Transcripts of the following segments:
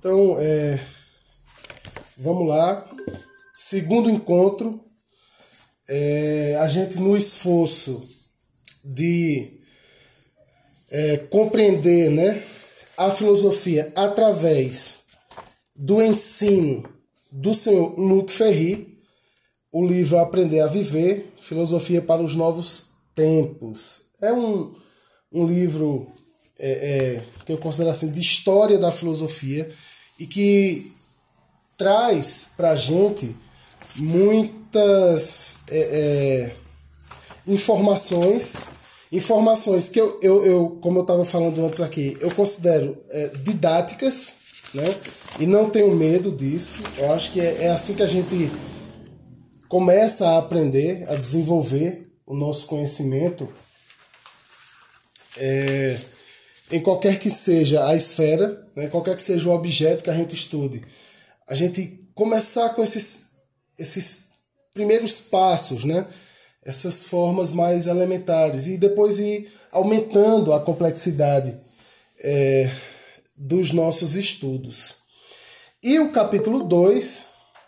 Então, vamos lá. Segundo encontro, a gente no esforço de compreender, né, a filosofia através do ensino do senhor Luc Ferry, o livro Aprender a Viver, Filosofia para os Novos Tempos. É um livro que eu considero assim, de história da filosofia e que traz para a gente muitas informações que eu como eu estava falando antes aqui, eu considero didáticas, né? E não tenho medo disso. Eu acho que é assim que a gente começa a aprender, a desenvolver o nosso conhecimento em qualquer que seja a esfera, né? Qualquer que seja o objeto que a gente estude. A gente começar com esses primeiros passos, né? Essas formas mais elementares e depois ir aumentando a complexidade dos nossos estudos. E o capítulo 2,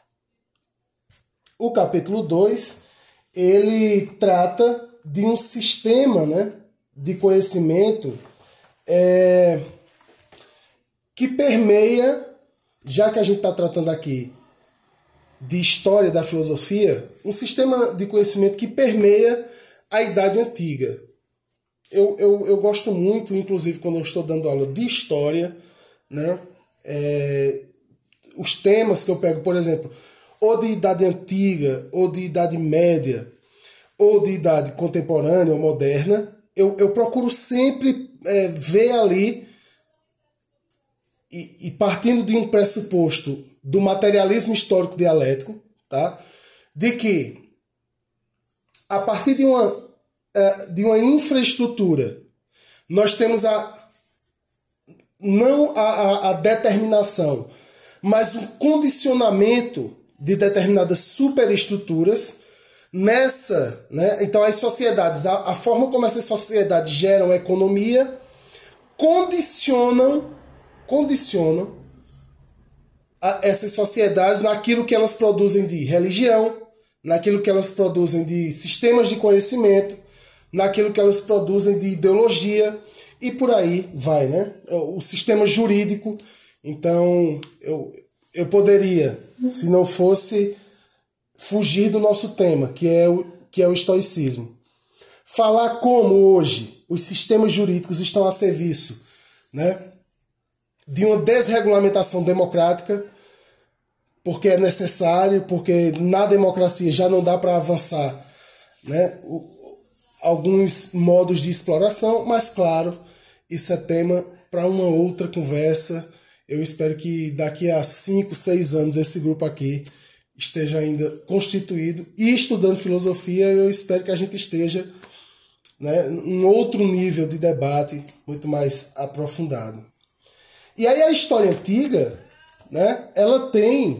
ele trata de um sistema, né, de conhecimento que permeia, já que a gente está tratando aqui de história da filosofia, um sistema de conhecimento que permeia a Idade Antiga. Eu gosto muito, inclusive quando eu estou dando aula de história, né, os temas que eu pego, por exemplo, ou de Idade Antiga, ou de Idade Média, ou de Idade Contemporânea ou Moderna, eu procuro sempre ver ali, e partindo de um pressuposto do materialismo histórico dialético, tá? De que, a partir de uma infraestrutura, nós temos não a determinação, mas o condicionamento de determinadas superestruturas nessa, né? Então as sociedades, a forma como essas sociedades geram economia, condicionam essas sociedades naquilo que elas produzem de religião, naquilo que elas produzem de sistemas de conhecimento, naquilo que elas produzem de ideologia, e por aí vai, né? O sistema jurídico. Então, eu poderia, se não fosse fugir do nosso tema, que é o estoicismo, falar como hoje os sistemas jurídicos estão a serviço, né, de uma desregulamentação democrática, porque é necessário, porque na democracia já não dá para avançar, né, alguns modos de exploração, mas claro, isso é tema para uma outra conversa. Eu espero que daqui a 5, 6 anos esse grupo aqui esteja ainda constituído e estudando filosofia. Eu espero que a gente esteja, né, em outro nível de debate muito mais aprofundado. E aí a história antiga, né, ela tem,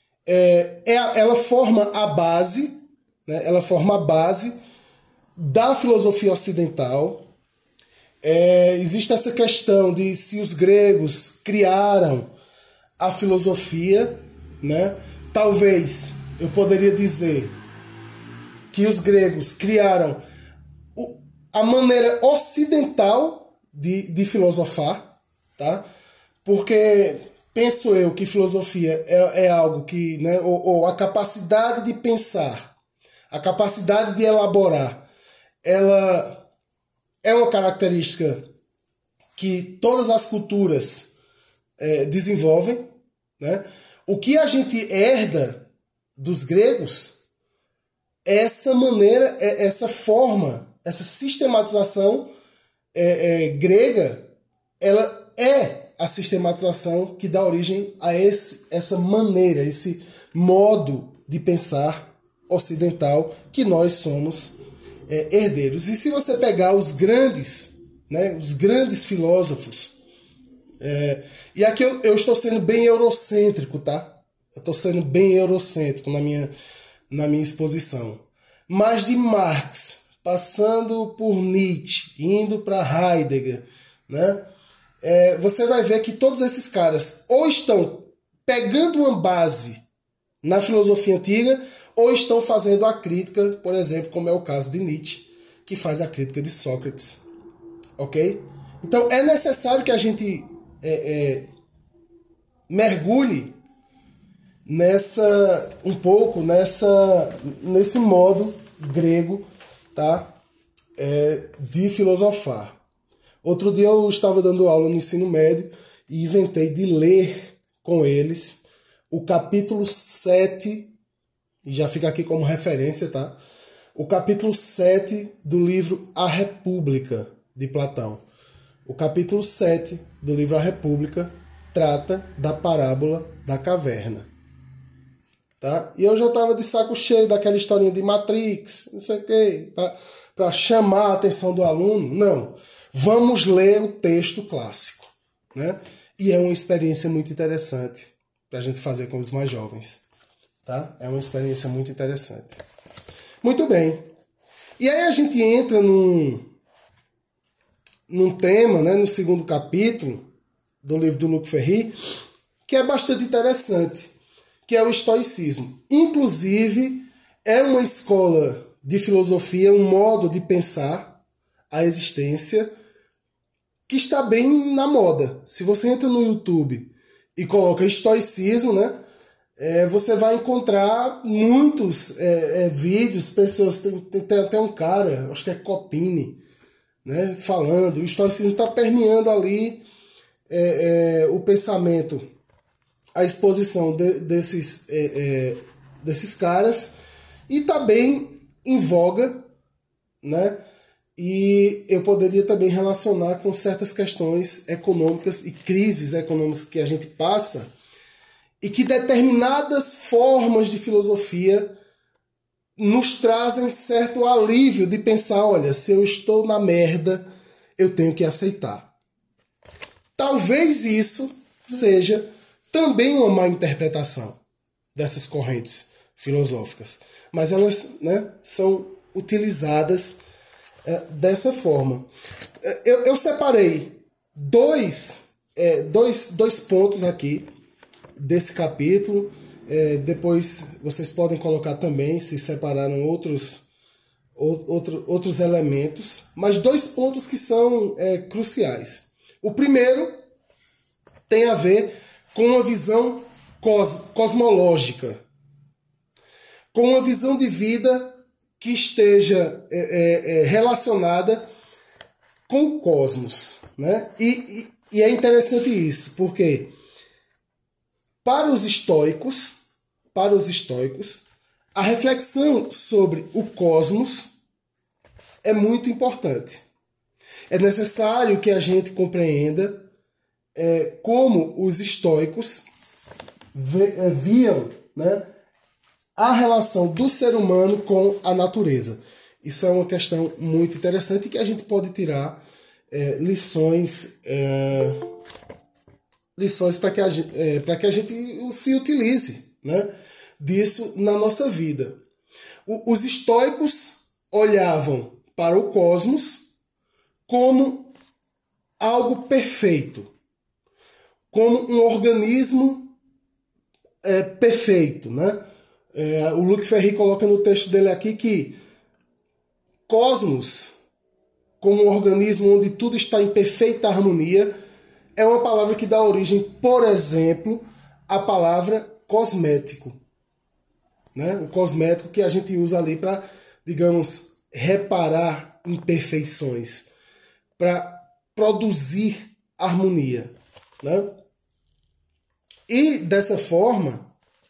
ela forma a base, né, ela forma a base da filosofia ocidental. Existe essa questão de se os gregos criaram a filosofia, né? Talvez eu poderia dizer que os gregos criaram a maneira ocidental de filosofar, tá? Porque penso eu que filosofia é algo que, né, ou a capacidade de pensar, a capacidade de elaborar, ela é uma característica que todas as culturas desenvolvem, né? O que a gente herda dos gregos é essa maneira, essa forma, essa sistematização grega, ela é a sistematização que dá origem a essa maneira, esse modo de pensar ocidental que nós somos herdeiros. E se você pegar os grandes, né, os grandes filósofos, e aqui eu estou sendo bem eurocêntrico, tá? Eu estou sendo bem eurocêntrico na minha exposição. Mas de Marx, passando por Nietzsche, indo para Heidegger, né? você vai ver que todos esses caras ou estão pegando uma base na filosofia antiga ou estão fazendo a crítica, por exemplo, como é o caso de Nietzsche, que faz a crítica de Sócrates. Ok? Então é necessário que a gente mergulhe nesse modo grego, tá? De filosofar. Outro dia eu estava dando aula no ensino médio e inventei de ler com eles o capítulo 7, e já fica aqui como referência, tá? O capítulo 7 do livro A República, de Platão. O capítulo 7 do livro A República trata da parábola da caverna. Tá? E eu já estava de saco cheio daquela historinha de Matrix, não sei o quê, para chamar a atenção do aluno. Não, vamos ler o texto clássico. Né? E é uma experiência muito interessante para a gente fazer com os mais jovens. Tá? É uma experiência muito interessante. Muito bem. E aí a gente entra num tema, né, no segundo capítulo do livro do Luc Ferry, que é bastante interessante, que é o estoicismo. Inclusive, é uma escola de filosofia, um modo de pensar a existência que está bem na moda. Se você entra no YouTube e coloca estoicismo, né, você vai encontrar muitos vídeos, pessoas, tem até um cara, acho que é Copini, né, falando. O estoicismo está permeando ali o pensamento, a exposição desses caras, e está bem em voga, né? E eu poderia também relacionar com certas questões econômicas e crises econômicas que a gente passa, e que determinadas formas de filosofia nos trazem certo alívio de pensar, olha, se eu estou na merda, eu tenho que aceitar. Talvez isso seja também uma má interpretação dessas correntes filosóficas, mas elas, né, são utilizadas dessa forma. Eu separei dois pontos aqui desse capítulo. Depois vocês podem colocar também, se separaram outros elementos, mas dois pontos que são cruciais. O primeiro tem a ver com uma visão cosmológica, com uma visão de vida que esteja relacionada com o cosmos, né? E é interessante isso, porque para os estoicos, a reflexão sobre o cosmos é muito importante. É necessário que a gente compreenda como os estoicos viam, né, a relação do ser humano com a natureza. Isso é uma questão muito interessante que a gente pode tirar lições para que a gente se utilize, né, disso na nossa vida. Os estoicos olhavam para o cosmos como algo perfeito, como um organismo perfeito, né? O Luc Ferry coloca no texto dele aqui que cosmos, como um organismo onde tudo está em perfeita harmonia, é uma palavra que dá origem, por exemplo, à palavra cosmético. Né? O cosmético que a gente usa ali para, digamos, reparar imperfeições, para produzir harmonia. Né? E, dessa forma,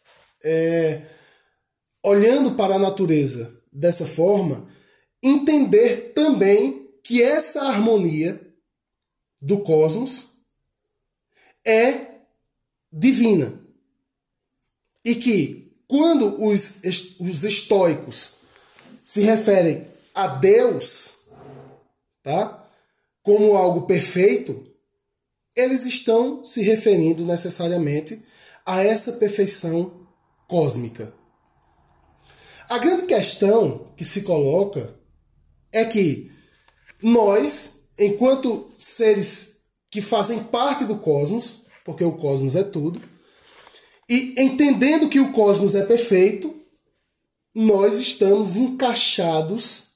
olhando para a natureza dessa forma, entender também que essa harmonia do cosmos é divina. E que, quando os estoicos se referem a Deus, tá, como algo perfeito, eles estão se referindo necessariamente a essa perfeição cósmica. A grande questão que se coloca é que nós, enquanto seres que fazem parte do cosmos, porque o cosmos é tudo, e entendendo que o cosmos é perfeito, nós estamos encaixados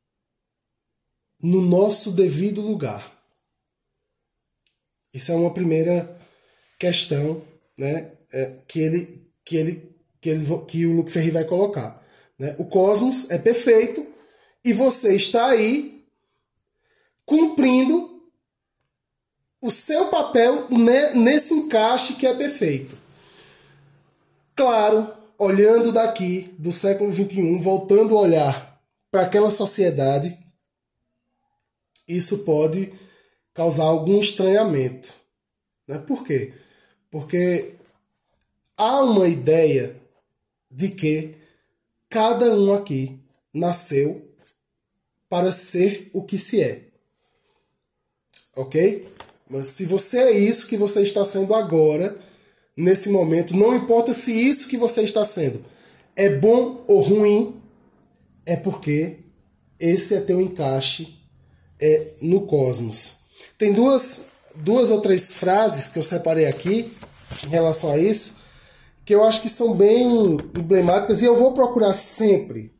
no nosso devido lugar. Isso é uma primeira questão, né, que o Luc Ferry vai colocar. Né? O cosmos é perfeito e você está aí cumprindo o seu papel nesse encaixe que é perfeito. Claro, olhando daqui do século XXI, voltando a olhar para aquela sociedade, isso pode causar algum estranhamento. Né? Por quê? Porque há uma ideia de que cada um aqui nasceu para ser o que se é. Ok? Mas se você é isso que você está sendo agora, nesse momento, não importa se isso que você está sendo é bom ou ruim, é porque esse é teu encaixe no cosmos. Tem duas ou três frases que eu separei aqui em relação a isso, que eu acho que são bem emblemáticas, e eu vou procurar sempre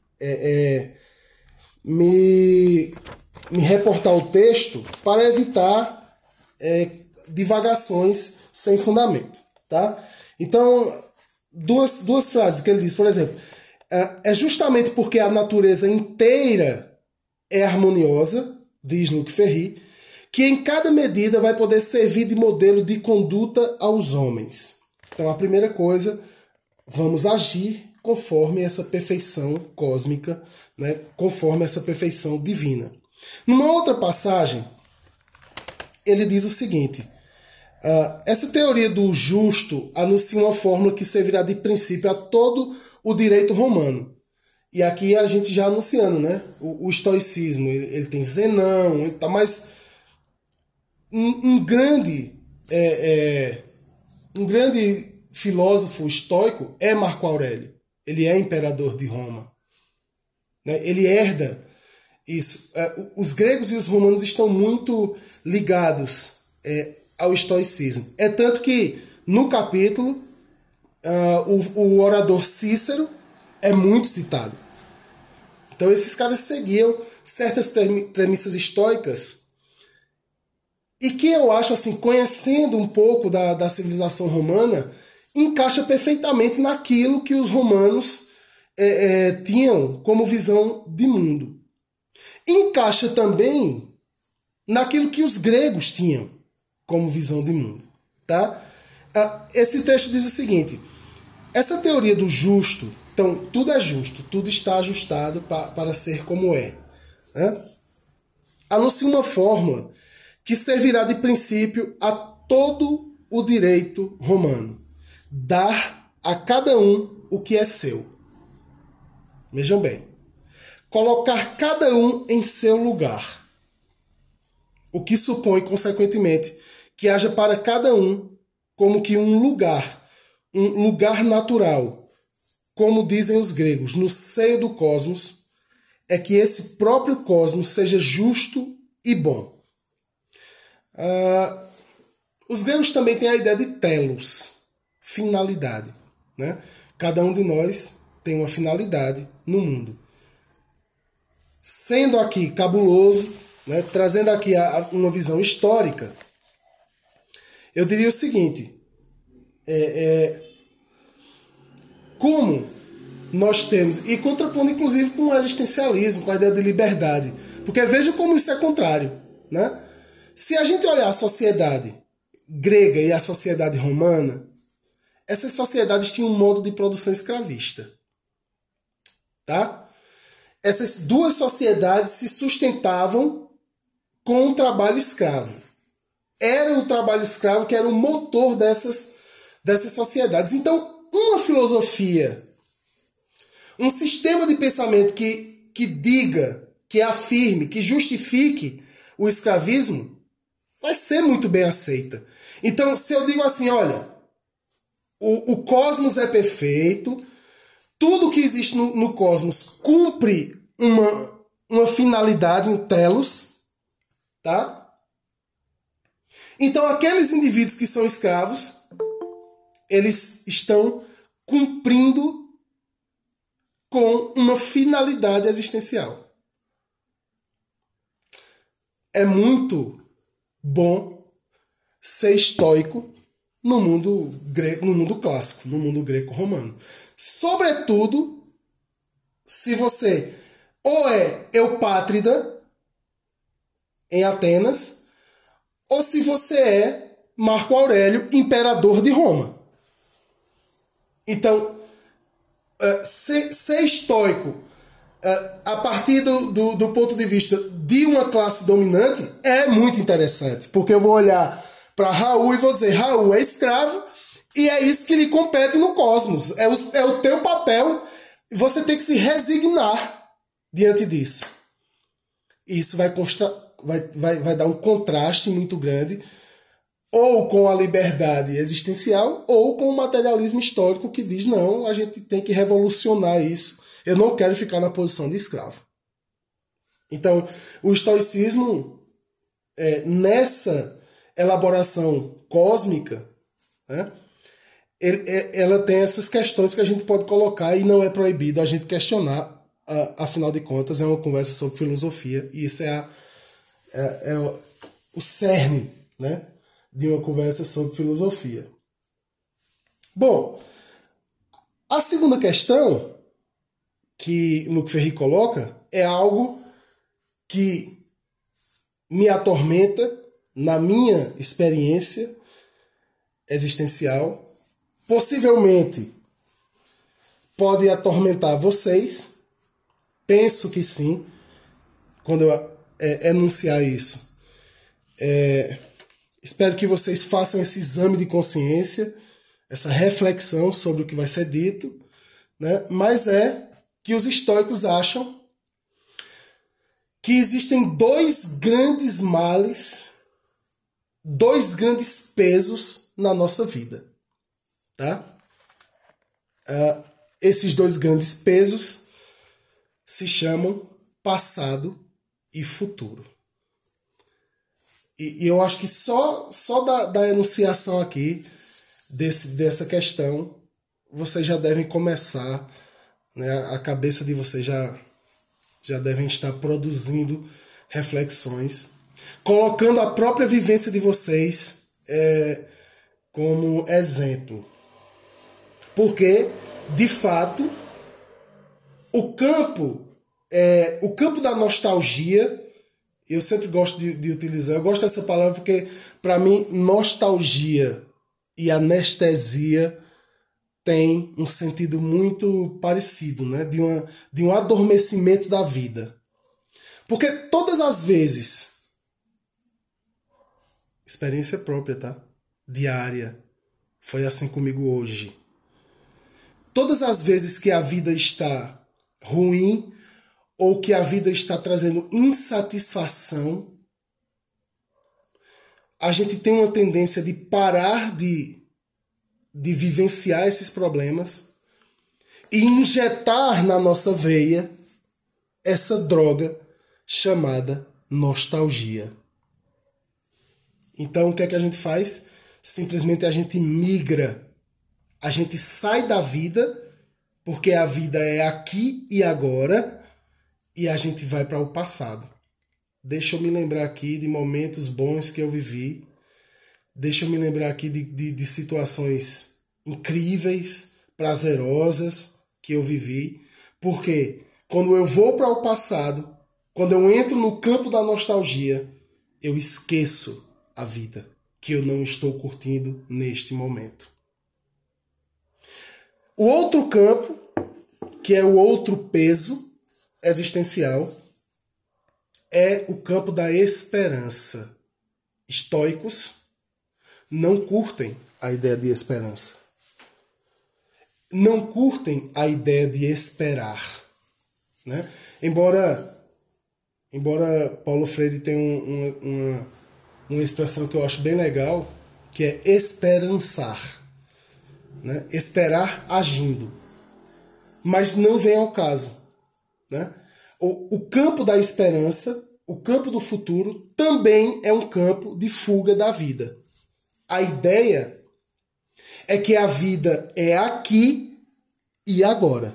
me reportar o texto para evitar divagações sem fundamento. Tá? Então, duas frases que ele diz, por exemplo, é justamente porque a natureza inteira é harmoniosa, diz Luc Ferry, que em cada medida vai poder servir de modelo de conduta aos homens. Então, a primeira coisa, vamos agir conforme essa perfeição cósmica, né? Conforme essa perfeição divina. Numa outra passagem, ele diz o seguinte: essa teoria do justo anuncia uma fórmula que servirá de princípio a todo o direito romano. E aqui a gente já anunciando, né? O estoicismo, ele tem Zenão, ele tá mais um grande filósofo estoico é Marco Aurélio. Ele é imperador de Roma. Né? Ele herda isso. Os gregos e os romanos estão muito ligados ao estoicismo. É tanto que, no capítulo, o orador Cícero é muito citado. Então, esses caras seguiam certas premissas estoicas e que eu acho, assim, conhecendo um pouco da civilização romana, encaixa perfeitamente naquilo que os romanos tinham como visão de mundo. Encaixa também naquilo que os gregos tinham como visão de mundo. Tá? Esse texto diz o seguinte: essa teoria do justo, então tudo é justo, tudo está ajustado para ser como é, né? Anuncia uma fórmula que servirá de princípio a todo o direito romano: dar a cada um o que é seu. Vejam bem, colocar cada um em seu lugar, o que supõe, consequentemente, que haja para cada um como que um lugar natural, como dizem os gregos, no seio do cosmos, é que esse próprio cosmos seja justo e bom. Os gregos também têm a ideia de telos, finalidade. Né? Cada um de nós tem uma finalidade no mundo. Sendo aqui cabuloso, né, trazendo aqui uma visão histórica, eu diria o seguinte: como nós temos, e contrapondo inclusive com o existencialismo, com a ideia de liberdade, porque veja como isso é contrário. Né? Se a gente olhar a sociedade grega e a sociedade romana, essas sociedades tinham um modo de produção escravista. Tá? Essas duas sociedades se sustentavam com o trabalho escravo. Era o trabalho escravo que era o motor dessas sociedades. Então, uma filosofia, um sistema de pensamento que diga, que afirme, que justifique o escravismo, vai ser muito bem aceita. Então, se eu digo assim, olha, o cosmos é perfeito, tudo que existe no cosmos cumpre uma finalidade, um telos, tá? Então, aqueles indivíduos que são escravos, eles estão cumprindo com uma finalidade existencial. É muito bom ser estoico no mundo clássico, no mundo greco-romano. Sobretudo, se você ou é eupátrida em Atenas, ou se você é Marco Aurélio, imperador de Roma. Então, ser estoico a partir do ponto de vista de uma classe dominante é muito interessante, porque eu vou olhar para Raul e vou dizer, Raul é escravo e é isso que lhe compete no cosmos, é o teu papel, você tem que se resignar diante disso. E isso vai dar um contraste muito grande ou com a liberdade existencial ou com o materialismo histórico que diz, não, a gente tem que revolucionar isso. Eu não quero ficar na posição de escravo. Então, o estoicismo, nessa elaboração cósmica, né, ela tem essas questões que a gente pode colocar e não é proibido a gente questionar. Afinal de contas, é uma conversa sobre filosofia e isso é o cerne, né, de uma conversa sobre filosofia. Bom, a segunda questão que Luc Ferry coloca é algo que me atormenta na minha experiência existencial. Possivelmente pode atormentar vocês. Penso que sim, quando eu enunciar isso. Espero que vocês façam esse exame de consciência, essa reflexão sobre o que vai ser dito, né? Mas que os estoicos acham que existem dois grandes males, dois grandes pesos na nossa vida. Tá? Esses dois grandes pesos se chamam passado e futuro. E eu acho que só da enunciação aqui dessa questão, vocês já devem começar, né, a cabeça de vocês já devem estar produzindo reflexões, colocando a própria vivência de vocês como exemplo. Porque, de fato, o campo da nostalgia, eu sempre gosto de utilizar, eu gosto dessa palavra porque, para mim, nostalgia e anestesia tem um sentido muito parecido, né? De um adormecimento da vida. Porque todas as vezes, experiência própria, tá? Diária, foi assim comigo hoje. Todas as vezes que a vida está ruim ou que a vida está trazendo insatisfação, a gente tem uma tendência de parar de vivenciar esses problemas e injetar na nossa veia essa droga chamada nostalgia. Então, o que é que a gente faz? Simplesmente a gente migra. A gente sai da vida, porque a vida é aqui e agora, e a gente vai para o passado. Deixa eu me lembrar aqui de momentos bons que eu vivi. Deixa eu me lembrar aqui de situações incríveis, prazerosas que eu vivi. Porque quando eu vou para o passado, quando eu entro no campo da nostalgia, eu esqueço a vida que eu não estou curtindo neste momento. O outro campo, que é o outro peso existencial, é o campo da esperança. Estoicos não curtem a ideia de esperança. Não curtem a ideia de esperar. Né? Embora Paulo Freire tenha uma expressão que eu acho bem legal, que é esperançar. Né? Esperar agindo. Mas não vem ao caso. Né? O campo da esperança, o campo do futuro também é um campo de fuga da vida. A ideia é que a vida é aqui e agora.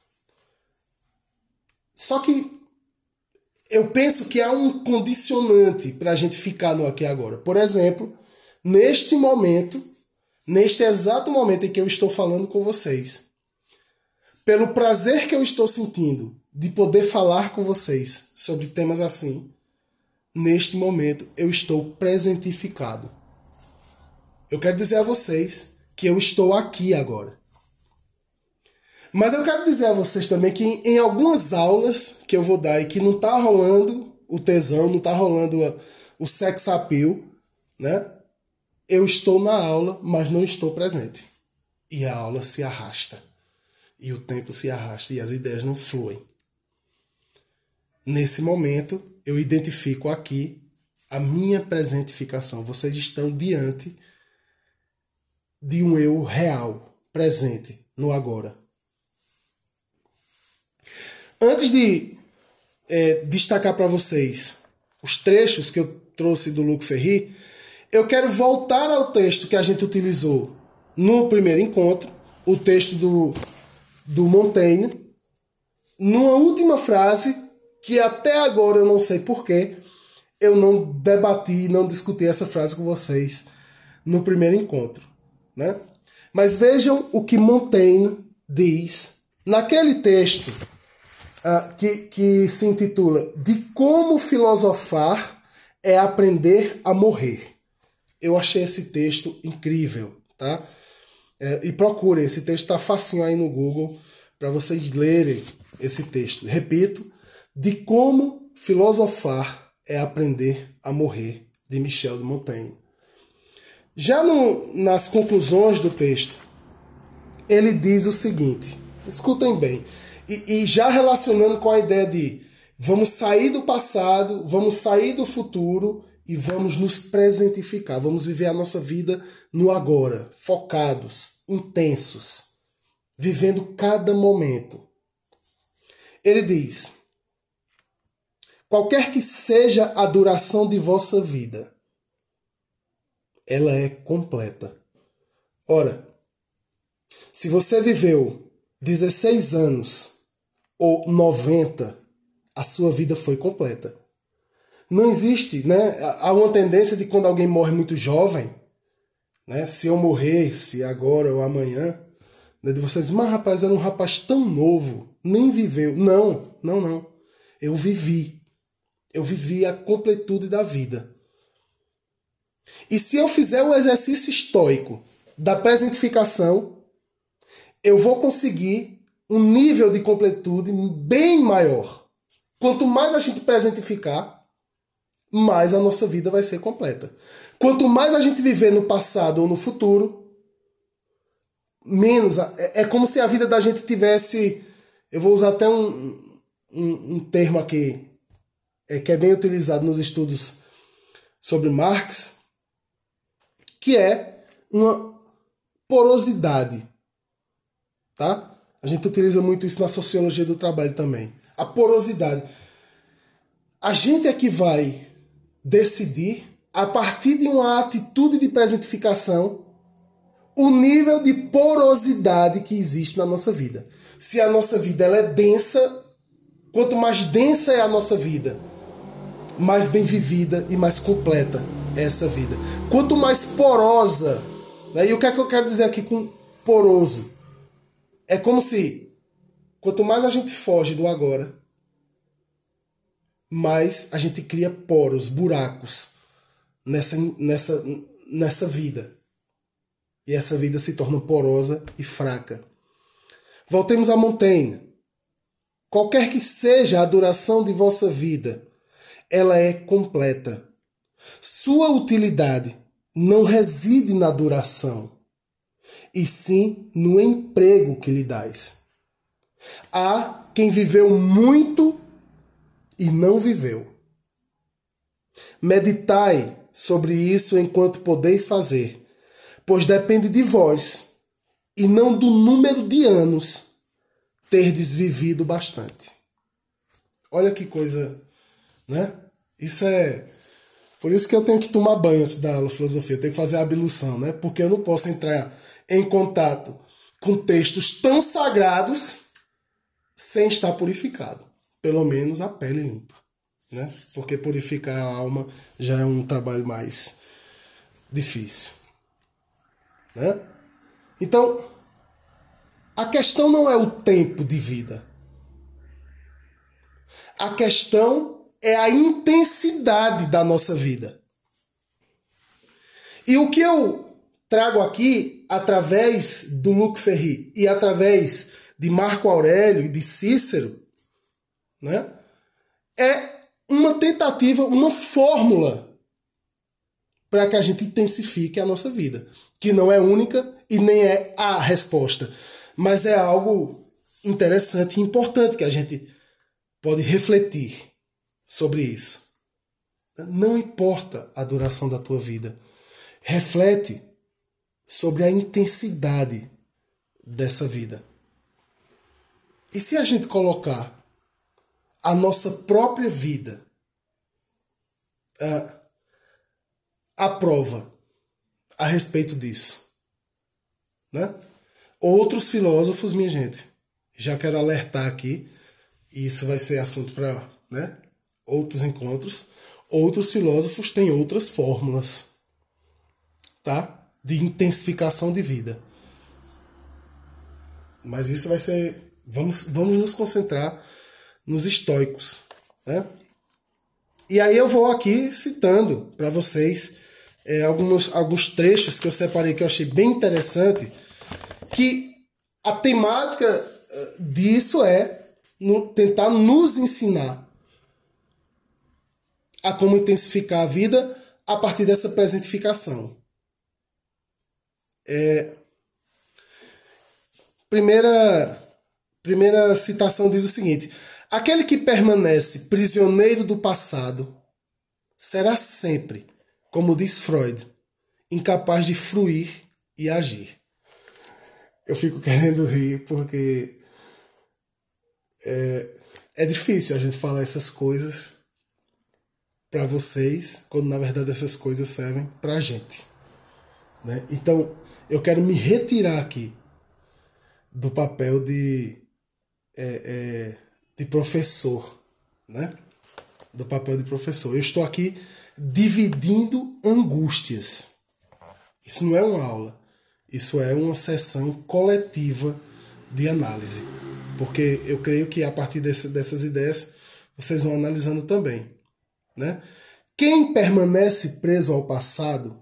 Só que eu penso que há um condicionante para a gente ficar no aqui e agora. Por exemplo, neste momento, neste exato momento em que eu estou falando com vocês, pelo prazer que eu estou sentindo de poder falar com vocês sobre temas assim, neste momento eu estou presentificado. Eu quero dizer a vocês que eu estou aqui agora. Mas eu quero dizer a vocês também que em algumas aulas que eu vou dar e que não está rolando o tesão, não está rolando o sex appeal, né? Eu estou na aula, mas não estou presente. E a aula se arrasta. E o tempo se arrasta e as ideias não fluem. Nesse momento, eu identifico aqui a minha presentificação. Vocês estão diante de um eu real, presente, no agora. Antes de destacar para vocês os trechos que eu trouxe do Luc Ferry, eu quero voltar ao texto que a gente utilizou no primeiro encontro, o texto do Montaigne, numa última frase que até agora eu não sei porquê, eu não debati, não discuti essa frase com vocês no primeiro encontro, né? Mas vejam o que Montaigne diz naquele texto que se intitula De Como Filosofar é Aprender a Morrer. Eu achei esse texto incrível, tá? E procurem, esse texto está facinho aí no Google para vocês lerem esse texto. Repito, De Como Filosofar é Aprender a Morrer, de Michel de Montaigne. Já nas conclusões do texto, ele diz o seguinte, escutem bem, e já relacionando com a ideia de vamos sair do passado, vamos sair do futuro e vamos nos presentificar, vamos viver a nossa vida no agora, focados, intensos, vivendo cada momento. Ele diz, qualquer que seja a duração de vossa vida, ela é completa. Ora, se você viveu 16 anos ou 90, a sua vida foi completa. Não existe, né? Há uma tendência de quando alguém morre muito jovem, né? Se eu morresse agora ou amanhã, né? De vocês, mas rapaz, era um rapaz tão novo, nem viveu. Não, não, não. Eu vivi. Eu vivi a completude da vida. E se eu fizer o exercício estoico da presentificação, eu vou conseguir um nível de completude bem maior. Quanto mais a gente presentificar, mais a nossa vida vai ser completa. Quanto mais a gente viver no passado ou no futuro, menos... É como se a vida da gente tivesse... Eu vou usar até um termo aqui, que é bem utilizado nos estudos sobre Marx, que é uma porosidade. Tá? A gente utiliza muito isso na sociologia do trabalho também. A porosidade. A gente é que vai decidir, a partir de uma atitude de presentificação, o nível de porosidade que existe na nossa vida. Se a nossa vida ela é densa, quanto mais densa é a nossa vida, mais bem vivida e mais completa é essa vida. Quanto mais porosa, né? E o que é que eu quero dizer aqui com poroso? É como se, quanto mais a gente foge do agora, mais a gente cria poros, buracos nessa vida. E essa vida se torna porosa e fraca. Voltemos a Montaigne. Qualquer que seja a duração de vossa vida, ela é completa. Sua utilidade não reside na duração, e sim no emprego que lhe dás. Há quem viveu muito e não viveu. Meditai sobre isso enquanto podeis fazer, pois depende de vós, e não do número de anos terdes vivido bastante. Olha que coisa, né? Isso é... Por isso que eu tenho que tomar banho antes da aula de filosofia. Eu tenho que fazer a ablução, né? Porque eu não posso entrar em contato com textos tão sagrados sem estar purificado. Pelo menos a pele limpa, né? Porque purificar a alma já é um trabalho mais difícil, né? Então, a questão não é o tempo de vida. A questão é a intensidade da nossa vida. E o que eu trago aqui, através do Luc Ferry e através de Marco Aurélio e de Cícero, né, é uma tentativa, uma fórmula para que a gente intensifique a nossa vida, que não é única e nem é a resposta, mas é algo interessante e importante que a gente pode refletir sobre isso. Não importa a duração da tua vida, reflete sobre a intensidade dessa vida. E se a gente colocar a nossa própria vida à prova a respeito disso, né? Outros filósofos, minha gente, já quero alertar aqui, e isso vai ser assunto para, né, outros encontros. Outros filósofos têm outras fórmulas, tá? De intensificação de vida. Mas isso vai ser... Vamos nos concentrar nos estoicos, né? E aí eu vou aqui citando para vocês alguns trechos que eu separei que eu achei bem interessante, que a temática disso é tentar nos ensinar a como intensificar a vida a partir dessa presentificação. Primeira citação diz o seguinte: aquele que permanece prisioneiro do passado será sempre, como diz Freud, incapaz de fruir e agir. Eu fico querendo rir porque é difícil a gente falar essas coisas para vocês, quando na verdade essas coisas servem para a gente, né? Então, eu quero me retirar aqui do papel de professor, né? Do papel de professor. Eu estou aqui dividindo angústias. Isso não é uma aula. Isso é uma sessão coletiva de análise. Porque eu creio que a partir dessas ideias vocês vão analisando também, né? Quem permanece preso ao passado,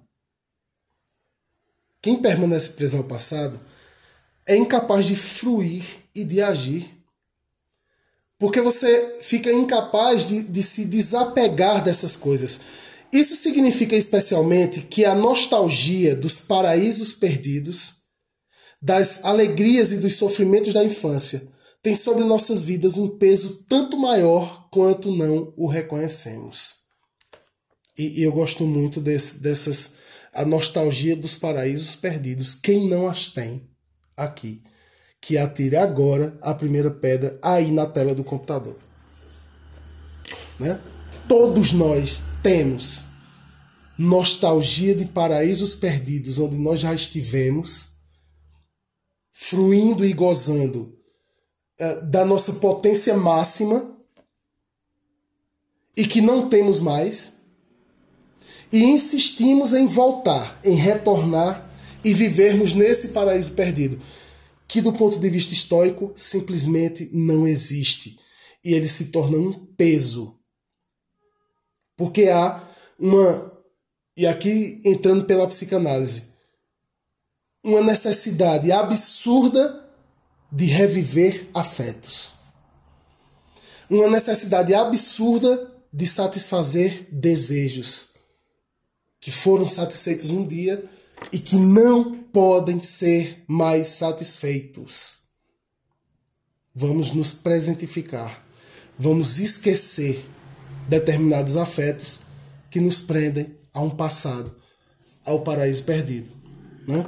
é incapaz de fruir e de agir. Porque você fica incapaz de se desapegar dessas coisas. Isso significa especialmente que a nostalgia dos paraísos perdidos, das alegrias e dos sofrimentos da infância, tem sobre nossas vidas um peso tanto maior quanto não o reconhecemos. E eu gosto muito a nostalgia dos paraísos perdidos. Quem não as tem aqui, que atire agora a primeira pedra aí na tela do computador, né? Todos nós temos nostalgia de paraísos perdidos, onde nós já estivemos, fruindo e gozando da nossa potência máxima e que não temos mais, e insistimos em voltar, em retornar e vivermos nesse paraíso perdido, que do ponto de vista estoico simplesmente não existe. E ele se torna um peso. Porque há e aqui entrando pela psicanálise, uma necessidade absurda de reviver afetos. Uma necessidade absurda de satisfazer desejos que foram satisfeitos um dia e que não podem ser mais satisfeitos. Vamos nos presentificar. Vamos esquecer determinados afetos que nos prendem a um passado, ao paraíso perdido, né?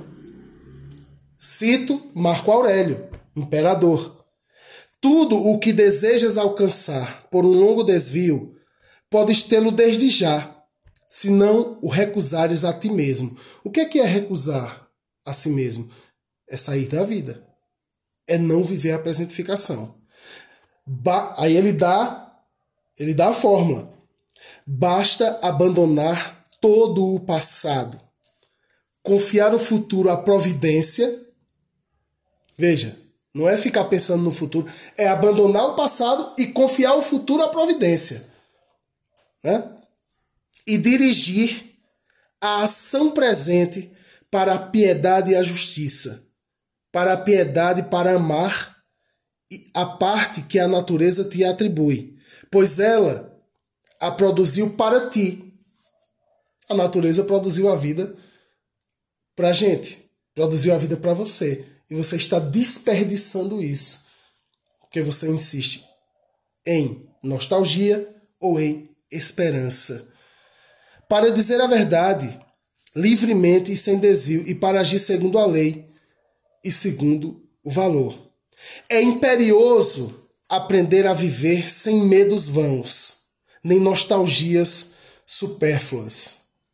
Cito Marco Aurélio, imperador. Tudo o que desejas alcançar por um longo desvio podes tê-lo desde já, se não o recusares a ti mesmo. O que é recusar a si mesmo? É sair da vida. É não viver a presentificação. Aí ele dá a fórmula. Basta abandonar todo o passado. Confiar o futuro à providência. Veja, não é ficar pensando no futuro, é abandonar o passado e confiar o futuro à providência. Né? E dirigir a ação presente para a piedade e a justiça. Para a piedade, para amar a parte que a natureza te atribui. Pois ela a produziu para ti. A natureza produziu a vida para a gente. Produziu a vida para você. E você está desperdiçando isso. Porque você insiste em nostalgia ou em esperança. Para dizer a verdade, livremente e sem desvio, e para agir segundo a lei e segundo o valor. É imperioso aprender a viver sem medos vãos, nem nostalgias supérfluas.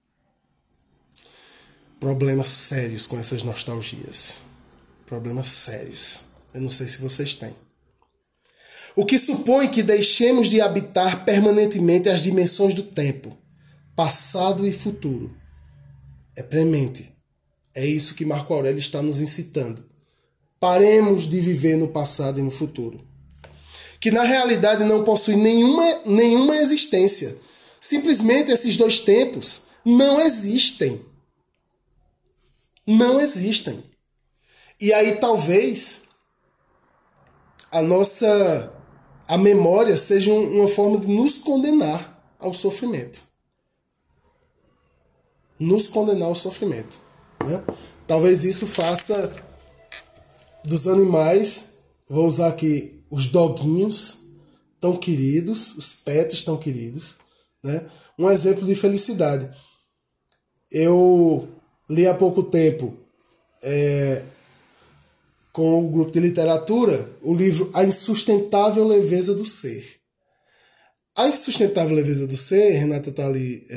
Problemas sérios com essas nostalgias. Problemas sérios. Eu não sei se vocês têm. O que supõe que deixemos de habitar permanentemente as dimensões do tempo, passado e futuro. É premente. É isso que Marco Aurélio está nos incitando. Paremos de viver no passado e no futuro. Que na realidade não possui nenhuma existência. Simplesmente esses dois tempos não existem. Não existem. E aí talvez a memória seja uma forma de nos condenar ao sofrimento. Nos condenar ao sofrimento. Né? Talvez isso faça dos animais, vou usar aqui os doguinhos tão queridos, os pets tão queridos, né? Um exemplo de felicidade. Eu li há pouco tempo com o grupo de literatura o livro A Insustentável Leveza do Ser. A Insustentável Leveza do Ser, Renata está ali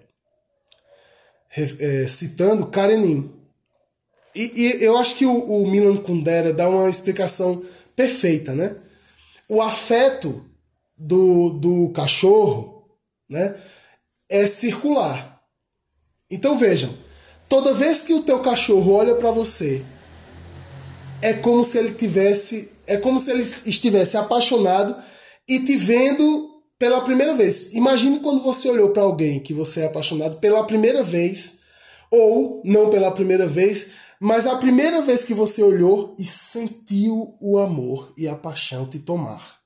citando Karenin. E eu acho que o Milan Kundera dá uma explicação perfeita, né? O afeto do cachorro, né, é circular. Então vejam, toda vez que o teu cachorro olha para você, é como se ele estivesse apaixonado e te vendo pela primeira vez. Imagine quando você olhou para alguém que você é apaixonado pela primeira vez, ou não pela primeira vez, mas a primeira vez que você olhou e sentiu o amor e a paixão te tomar.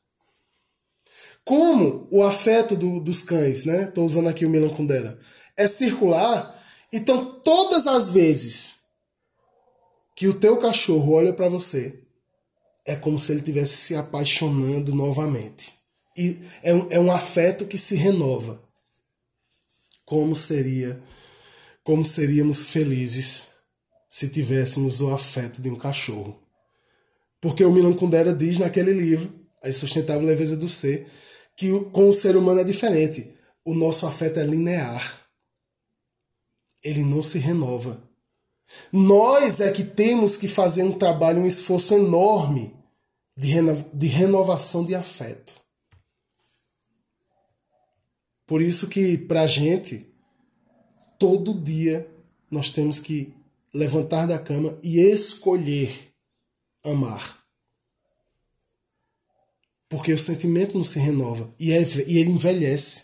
Como o afeto dos cães, né? Estou usando aqui o Milan Kundera, é circular, então todas as vezes que o teu cachorro olha para você, é como se ele estivesse se apaixonando novamente. E é um afeto que se renova. Como seríamos felizes se tivéssemos o afeto de um cachorro. Porque o Milan Kundera diz naquele livro, A Insustentável Leveza do Ser, que com o ser humano é diferente. O nosso afeto é linear. Ele não se renova. Nós é que temos que fazer um trabalho, um esforço enorme de renovação de afeto. Por isso que, pra gente, todo dia nós temos que levantar da cama e escolher amar. Porque o sentimento não se renova e ele envelhece.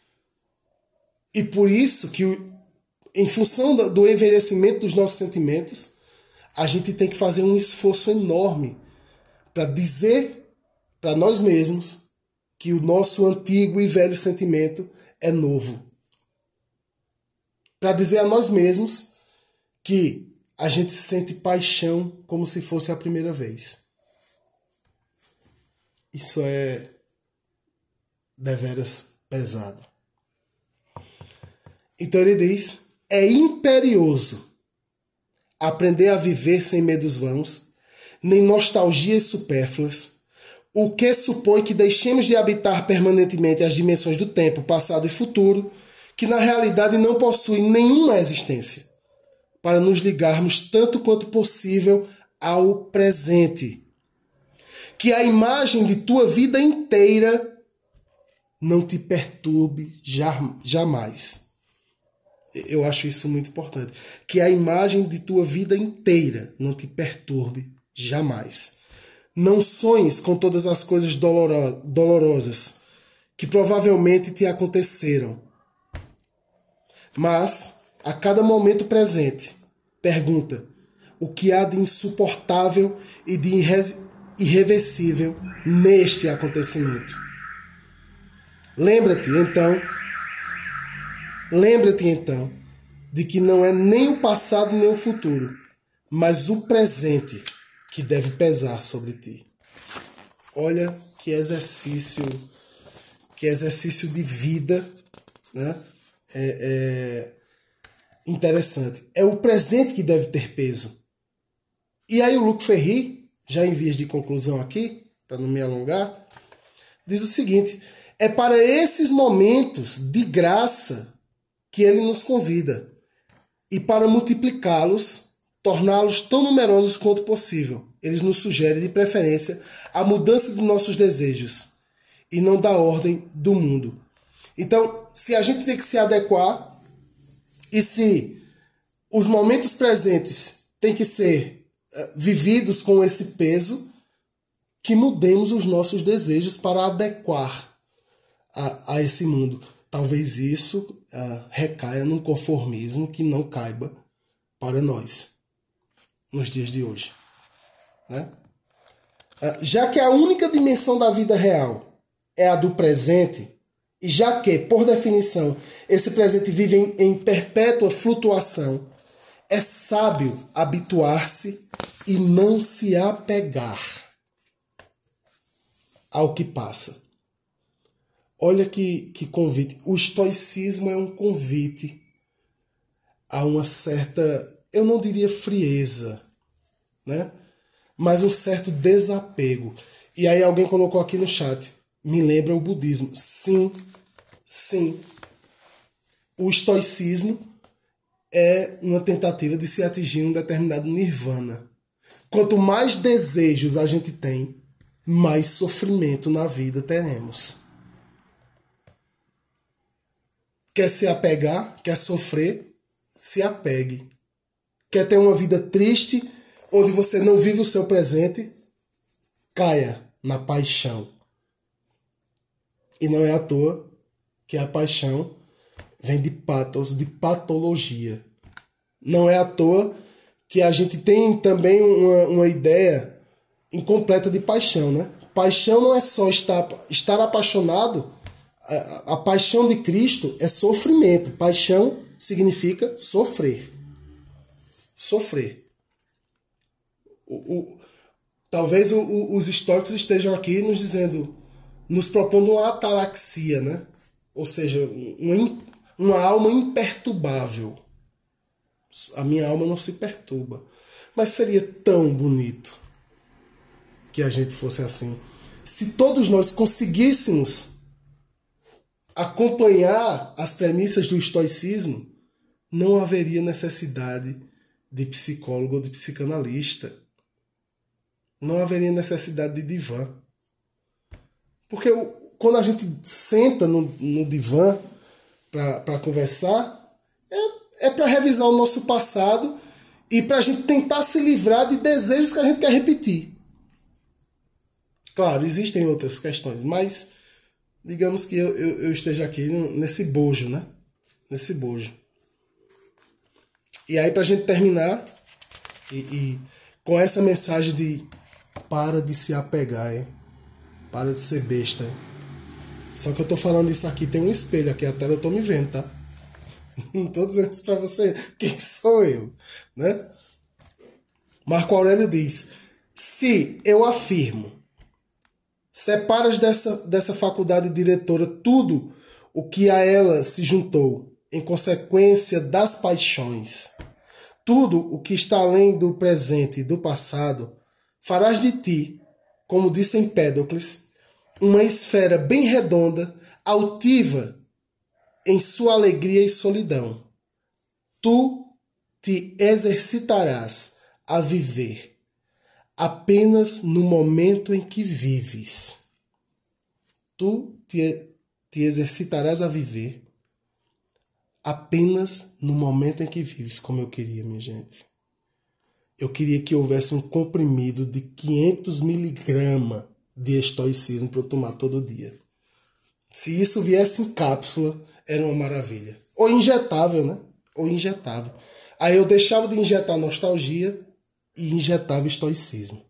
E por isso que, em função do envelhecimento dos nossos sentimentos, a gente tem que fazer um esforço enorme para dizer para nós mesmos que o nosso antigo e velho sentimento é novo. Para dizer a nós mesmos que a gente sente paixão como se fosse a primeira vez. Isso é deveras pesado. Então ele diz, é imperioso aprender a viver sem medos vãos, nem nostalgias supérfluas, o que supõe que deixemos de habitar permanentemente as dimensões do tempo, passado e futuro, que na realidade não possuem nenhuma existência, para nos ligarmos tanto quanto possível ao presente. Que a imagem de tua vida inteira não te perturbe jamais. Eu acho isso muito importante. Que a imagem de tua vida inteira não te perturbe jamais. Não sonhes com todas as coisas dolorosas que provavelmente te aconteceram. Mas, a cada momento presente, pergunta o que há de insuportável e de irreversível neste acontecimento. Lembra-te então, de que não é nem o passado nem o futuro, mas o presente que deve pesar sobre ti. Olha que exercício de vida, né? Interessante. É o presente que deve ter peso. E aí o Luc Ferry, já em vias de conclusão aqui, para não me alongar, diz o seguinte: é para esses momentos de graça que ele nos convida, e para multiplicá-los, torná-los tão numerosos quanto possível, ele nos sugere, de preferência, a mudança de nossos desejos, e não da ordem do mundo. Então, se a gente tem que se adequar, e se os momentos presentes têm que ser vividos com esse peso, que mudemos os nossos desejos para adequar a esse mundo. Talvez isso recaia num conformismo que não caiba para nós nos dias de hoje, né? Já que a única dimensão da vida real é a do presente, e já que, por definição, esse presente vive em perpétua flutuação, é sábio habituar-se e não se apegar ao que passa. Olha que convite. O estoicismo é um convite a uma certa, eu não diria frieza, né? Mas um certo desapego. E aí alguém colocou aqui no chat, me lembra o budismo. Sim. O estoicismo é uma tentativa de se atingir um determinado nirvana. Quanto mais desejos a gente tem, mais sofrimento na vida teremos. Quer se apegar, quer sofrer, se apegue. Quer ter uma vida triste, onde você não vive o seu presente, caia na paixão. E não é à toa que a paixão vem de pathos, de patologia. Não é à toa que a gente tem também uma ideia incompleta de paixão, né? Paixão não é só estar apaixonado. A paixão de Cristo é sofrimento. Paixão significa sofrer. Sofrer. Talvez os estoicos estejam aqui nos dizendo, nos propondo uma ataraxia, né? Ou seja, uma alma imperturbável. A minha alma não se perturba. Mas seria tão bonito que a gente fosse assim. Se todos nós conseguíssemos acompanhar as premissas do estoicismo, não haveria necessidade de psicólogo ou de psicanalista. Não haveria necessidade de divã. Porque quando a gente senta no divã para conversar, é para revisar o nosso passado e para a gente tentar se livrar de desejos que a gente quer repetir. Claro, existem outras questões, mas digamos que eu esteja aqui nesse bojo, né? Nesse bojo. E aí, pra gente terminar, e com essa mensagem de para de se apegar, hein? Para de ser besta, hein? Só que eu tô falando isso aqui, tem um espelho aqui, a tela eu tô me vendo, tá? Não tô dizendo isso pra você, quem sou eu, né? Marco Aurélio diz, se eu afirmo, separas dessa faculdade diretora tudo o que a ela se juntou em consequência das paixões, tudo o que está além do presente e do passado, farás de ti, como disse Empédocles, uma esfera bem redonda, altiva em sua alegria e solidão. Tu te exercitarás a viver apenas no momento em que vives. Tu te exercitarás a viver apenas no momento em que vives, como eu queria, minha gente. Eu queria que houvesse um comprimido de 500 miligramas de estoicismo para eu tomar todo dia. Se isso viesse em cápsula, era uma maravilha. Ou injetável, né? Ou injetável. Aí eu deixava de injetar nostalgia e injetava estoicismo.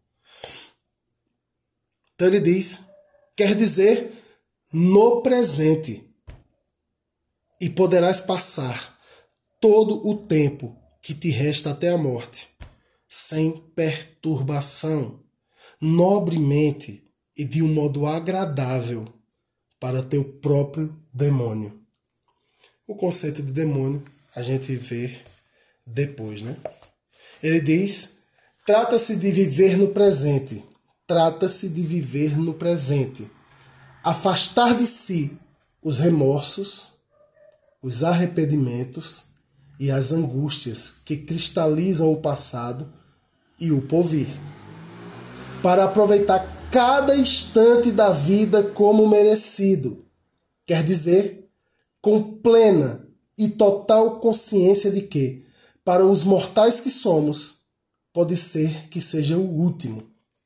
Então ele diz, quer dizer, no presente. E poderás passar todo o tempo que te resta até a morte, sem perturbação, nobremente e de um modo agradável para teu próprio demônio. O conceito de demônio a gente vê depois, né? Ele diz, trata-se de viver no presente. Trata-se de viver no presente. Afastar de si os remorsos, os arrependimentos e as angústias que cristalizam o passado e o porvir, para aproveitar cada instante da vida como merecido. Quer dizer, com plena e total consciência de que, para os mortais que somos, pode ser que seja o último.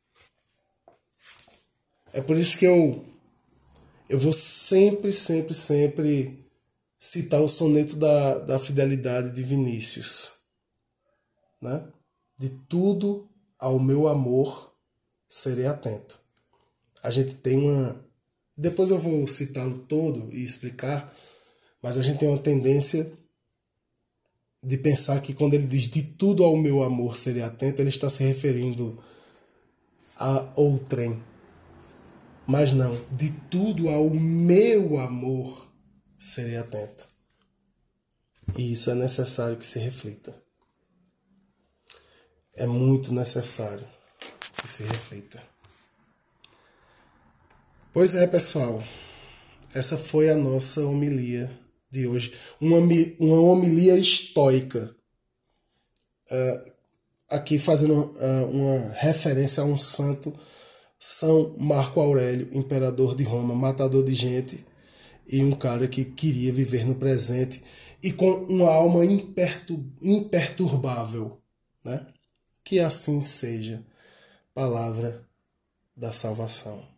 É por isso que eu vou sempre citar o soneto da fidelidade de Vinícius, né? De tudo ao meu amor serei atento. A gente tem uma... Depois eu vou citá-lo todo e explicar, mas a gente tem uma tendência de pensar que quando ele diz de tudo ao meu amor serei atento, ele está se referindo a outrem. Mas não, de tudo ao meu amor serei atento. E isso é necessário que se reflita. É muito necessário que se reflita. Pois é, pessoal. Essa foi a nossa homilia de hoje. Uma homilia estoica. Aqui fazendo uma referência a um santo, São Marco Aurélio, imperador de Roma, matador de gente, e um cara que queria viver no presente e com uma alma imperturbável, né? Que assim seja. Palavra da salvação.